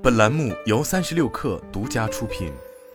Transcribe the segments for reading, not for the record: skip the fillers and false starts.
本栏目由36氪独家出品。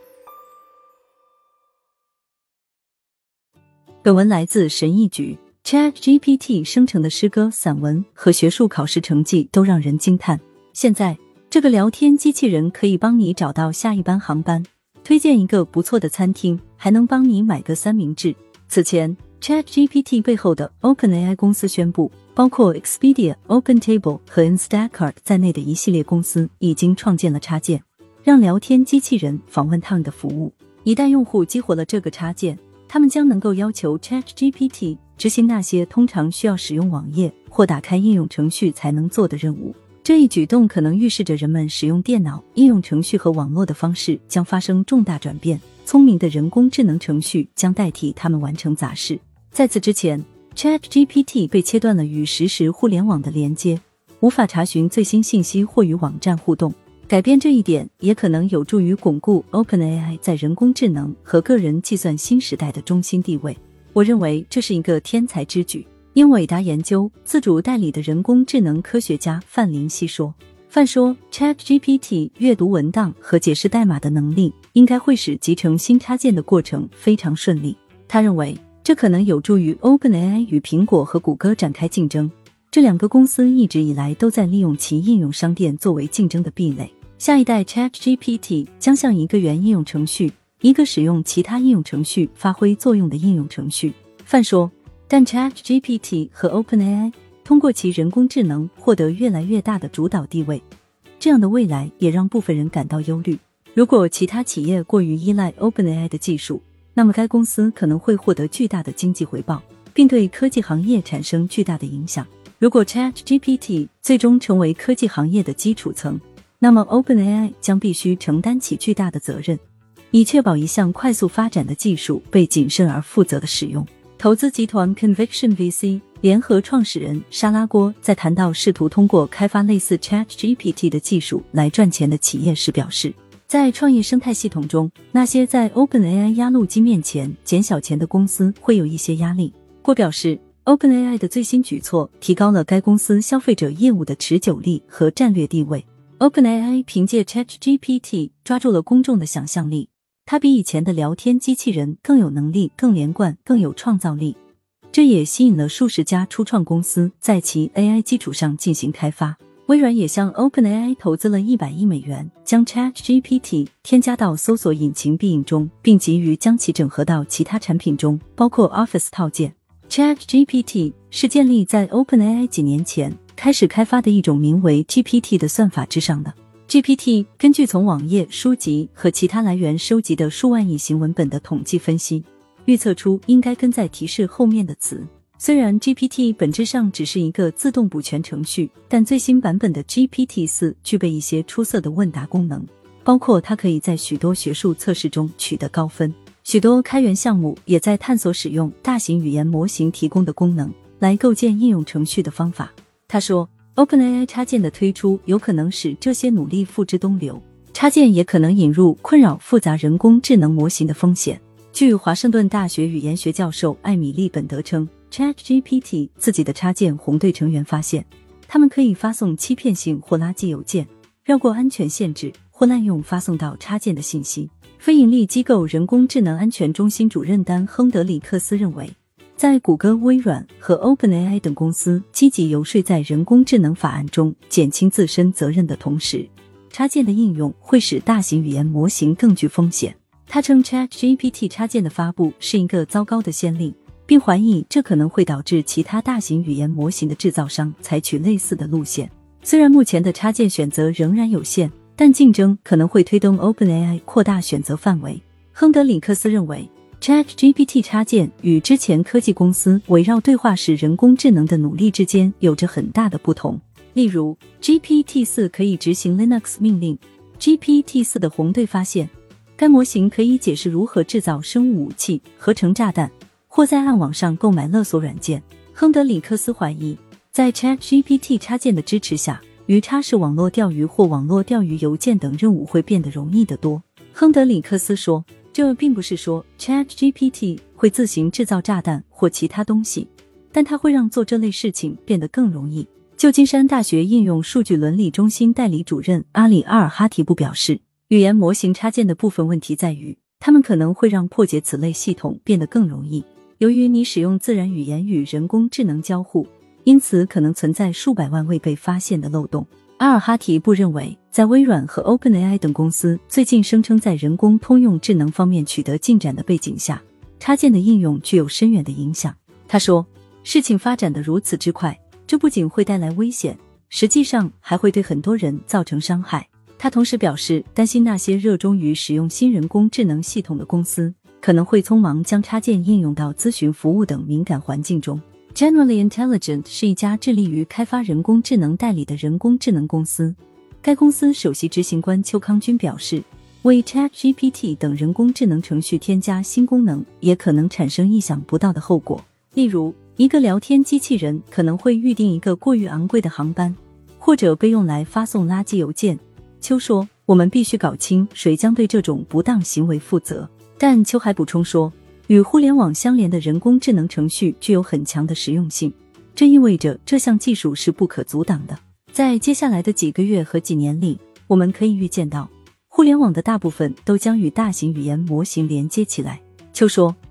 本文来自神译局。 ChatGPT 生成的诗歌、散文和学术考试成绩都让人惊叹。现在，这个聊天机器人可以帮你找到下一班航班，推荐一个不错的餐厅，还能帮你买个三明治。此前， ChatGPT 背后的 OpenAI 公司宣布，包括 Expedia、OpenTable 和 Instacart 在内的一系列公司已经创建了插件，让聊天机器人访问他们的服务。一旦用户激活了这个插件，他们将能够要求 ChatGPT 执行那些通常需要使用网页或打开应用程序才能做的任务。这一举动可能预示着人们使用电脑、应用程序和网络的方式将发生重大转变，聪明的人工智能程序将代替他们完成杂事。在此之前， ChatGPT 被切断了与实时互联网的连接，无法查询最新信息或与网站互动。改变这一点也可能有助于巩固 OpenAI 在人工智能和个人计算新时代的中心地位。我认为这是一个天才之举。英伟达研究自主代理的人工智能科学家范林希说，范说 ChatGPT 阅读文档和解释代码的能力应该会使集成新插件的过程非常顺利。他认为这可能有助于 OpenAI 与苹果和谷歌展开竞争，这两个公司一直以来都在利用其应用商店作为竞争的壁垒。下一代 ChatGPT 将像一个原应用程序，一个使用其他应用程序发挥作用的应用程序。范说，但 ChatGPT 和 OpenAI 通过其人工智能获得越来越大的主导地位，这样的未来也让部分人感到忧虑。如果其他企业过于依赖 OpenAI 的技术，那么该公司可能会获得巨大的经济回报，并对科技行业产生巨大的影响。如果 ChatGPT 最终成为科技行业的基础层，那么 OpenAI 将必须承担起巨大的责任，以确保一项快速发展的技术被谨慎而负责的使用。投资集团 Conviction VC 联合创始人沙拉郭在谈到试图通过开发类似 ChatGPT 的技术来赚钱的企业时表示，在创业生态系统中，那些在 OpenAI 压路机面前捡小钱的公司会有一些压力。郭表示， OpenAI 的最新举措提高了该公司消费者业务的持久力和战略地位。OpenAI 凭借 ChatGPT 抓住了公众的想象力，它比以前的聊天机器人更有能力、更连贯、更有创造力。这也吸引了数十家初创公司在其 AI 基础上进行开发。微软也向 OpenAI 投资了100亿美元，将 ChatGPT 添加到搜索引擎必应中，并急于将其整合到其他产品中，包括 Office 套件。ChatGPT 是建立在 OpenAI 几年前开始开发的一种名为 GPT 的算法之上的。GPT 根据从网页、书籍和其他来源收集的数万亿行文本的统计分析，预测出应该跟在提示后面的词。虽然 GPT 本质上只是一个自动补全程序，但最新版本的 GPT-4 具备一些出色的问答功能，包括它可以在许多学术测试中取得高分。许多开源项目也在探索使用大型语言模型提供的功能来构建应用程序的方法。他说， OpenAI 插件的推出有可能使这些努力付之东流，插件也可能引入困扰复杂人工智能模型的风险。据华盛顿大学语言学教授艾米丽·本德称， ChatGPT 自己的插件红队成员发现，他们可以发送欺骗性或垃圾邮件，绕过安全限制或滥用发送到插件的信息。非营利机构人工智能安全中心主任丹·亨德里克斯认为，在谷歌、微软和 OpenAI 等公司积极游说在人工智能法案中减轻自身责任的同时，插件的应用会使大型语言模型更具风险。他称 ChatGPT 插件的发布是一个糟糕的先例，并怀疑这可能会导致其他大型语言模型的制造商采取类似的路线。虽然目前的插件选择仍然有限，但竞争可能会推动 OpenAI 扩大选择范围。亨德里克斯认为， ChatGPT 插件与之前科技公司围绕对话式人工智能的努力之间有着很大的不同。例如 GPT-4 可以执行 Linux 命令。 GPT-4 的红队发现，该模型可以解释如何制造生物武器、合成炸弹，或在暗网上购买勒索软件。亨德里克斯怀疑，在 ChatGPT 插件的支持下，鱼叉式网络钓鱼或网络钓鱼邮件等任务会变得容易得多。亨德里克斯说，这并不是说 ChatGPT 会自行制造炸弹或其他东西，但它会让做这类事情变得更容易。 旧金山大学应用数据伦理中心代理主任阿里阿尔哈提布表示，语言模型插件的部分问题在于，它们可能会让破解此类系统变得更容易。由于你使用自然语言与人工智能交互，因此可能存在数百万未被发现的漏洞。阿尔哈提布认为，在微软和 OpenAI 等公司最近声称在人工通用智能方面取得进展的背景下，插件的应用具有深远的影响。他说，事情发展得如此之快，这不仅会带来危险，实际上还会对很多人造成伤害。他同时表示，担心那些热衷于使用新人工智能系统的公司可能会匆忙将插件应用到咨询服务等敏感环境中。Generally Intelligent 是一家致力于开发人工智能代理的人工智能公司。该公司首席执行官邱康军表示，为 ChatGPT 等人工智能程序添加新功能也可能产生意想不到的后果。例如，一个聊天机器人可能会预定一个过于昂贵的航班，或者被用来发送垃圾邮件。邱说，我们必须搞清谁将对这种不当行为负责。但邱还补充说，与互联网相连的人工智能程序具有很强的实用性，这意味着这项技术是不可阻挡的。在接下来的几个月和几年里，我们可以预见到，互联网的大部分都将与大型语言模型连接起来。邱说，